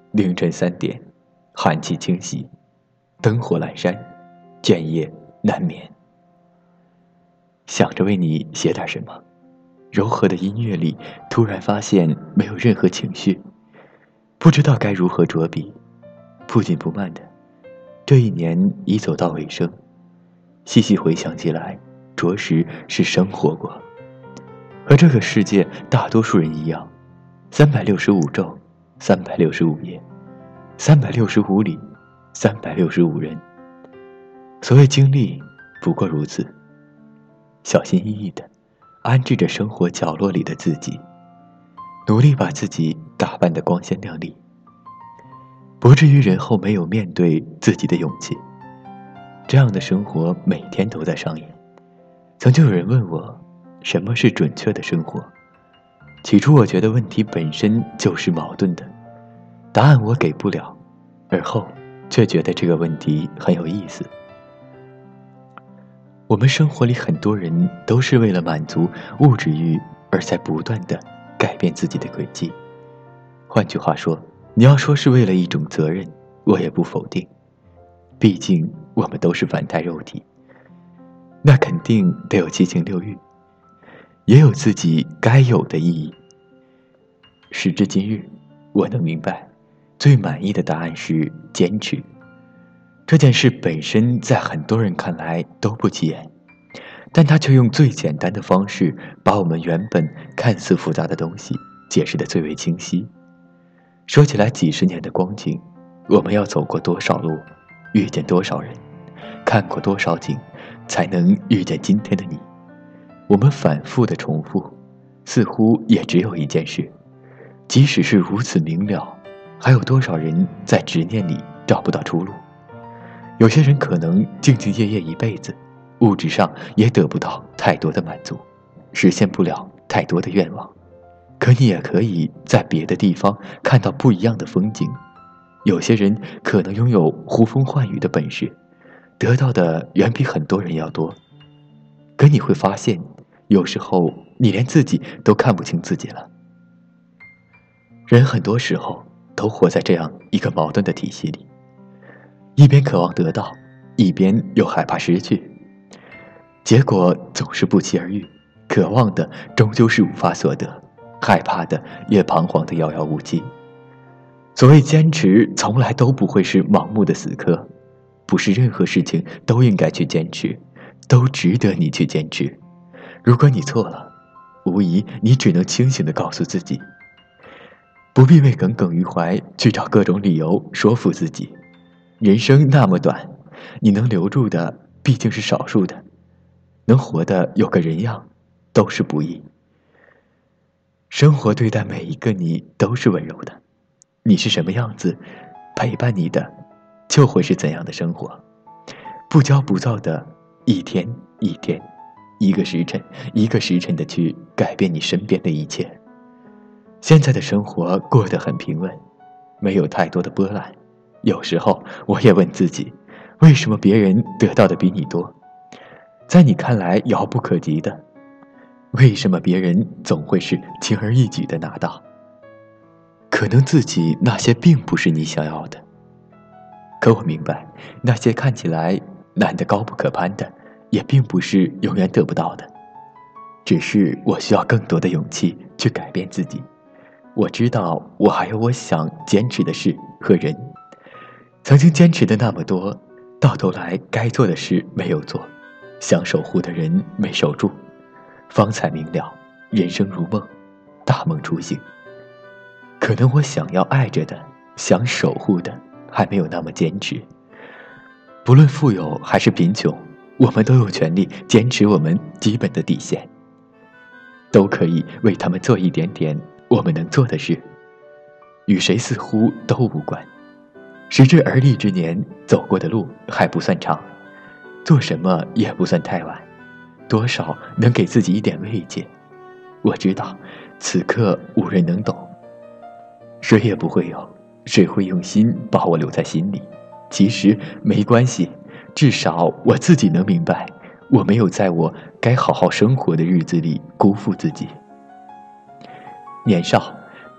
凌晨3点，寒气侵袭，灯火阑珊，倦夜难眠。想着为你写点什么，柔和的音乐里突然发现没有任何情绪，不知道该如何着笔。不紧不慢的，这一年已走到尾声，细细回想起来，着实是生活过。和这个世界大多数人一样，365昼，365夜，365里，365人。所谓经历，不过如此。小心翼翼地安置着生活角落里的自己，努力把自己打扮得光鲜亮丽，不至于人后没有面对自己的勇气。这样的生活每天都在上演。曾经有人问我，什么是准确的生活？起初我觉得问题本身就是矛盾的，答案我给不了，而后却觉得这个问题很有意思。我们生活里很多人都是为了满足物质欲而在不断地改变自己的轨迹。换句话说，你要说是为了一种责任，我也不否定，毕竟我们都是凡胎肉体，那肯定得有七情六欲，也有自己该有的意义。时至今日，我能明白，最满意的答案是坚持。这件事本身在很多人看来都不起眼，但他却用最简单的方式把我们原本看似复杂的东西解释得最为清晰。说起来几十年的光景，我们要走过多少路，遇见多少人，看过多少景，才能遇见今天的你。我们反复的重复，似乎也只有一件事，即使是如此明了，还有多少人在执念里找不到出路。有些人可能兢兢业业一辈子，物质上也得不到太多的满足，实现不了太多的愿望。可你也可以在别的地方看到不一样的风景。有些人可能拥有呼风唤雨的本事，得到的远比很多人要多。可你会发现，有时候你连自己都看不清自己了。人很多时候都活在这样一个矛盾的体系里，一边渴望得到，一边又害怕失去，结果总是不期而遇。渴望的终究是无法所得，害怕的也彷徨的遥遥无期。所谓坚持，从来都不会是盲目的死磕，不是任何事情都应该去坚持，都值得你去坚持。如果你错了，无疑你只能清醒地告诉自己，不必为耿耿于怀去找各种理由说服自己。人生那么短，你能留住的毕竟是少数的，能活得有个人样都是不易。生活对待每一个你都是温柔的，你是什么样子，陪伴你的就会是怎样的生活。不骄不躁的一天一天，一个时辰一个时辰的去改变你身边的一切。现在的生活过得很平稳，没有太多的波澜。有时候我也问自己，为什么别人得到的比你多，在你看来遥不可及的，为什么别人总会是轻而易举的拿到？可能自己那些并不是你想要的，可我明白，那些看起来难得高不可攀的，也并不是永远得不到的。只是我需要更多的勇气去改变自己。我知道我还有我想坚持的事和人，曾经坚持的那么多，到头来该做的事没有做，想守护的人没守住，方才明了，人生如梦，大梦初醒。可能我想要爱着的，想守护的，还没有那么坚持。不论富有还是贫穷，我们都有权利坚持我们基本的底线，都可以为他们做一点点我们能做的事，与谁似乎都无关。时至而立之年，走过的路还不算长，做什么也不算太晚，多少能给自己一点慰藉。我知道，此刻无人能懂，谁也不会有，谁会用心把我留在心里。其实没关系，至少我自己能明白，我没有在我该好好生活的日子里辜负自己。年少，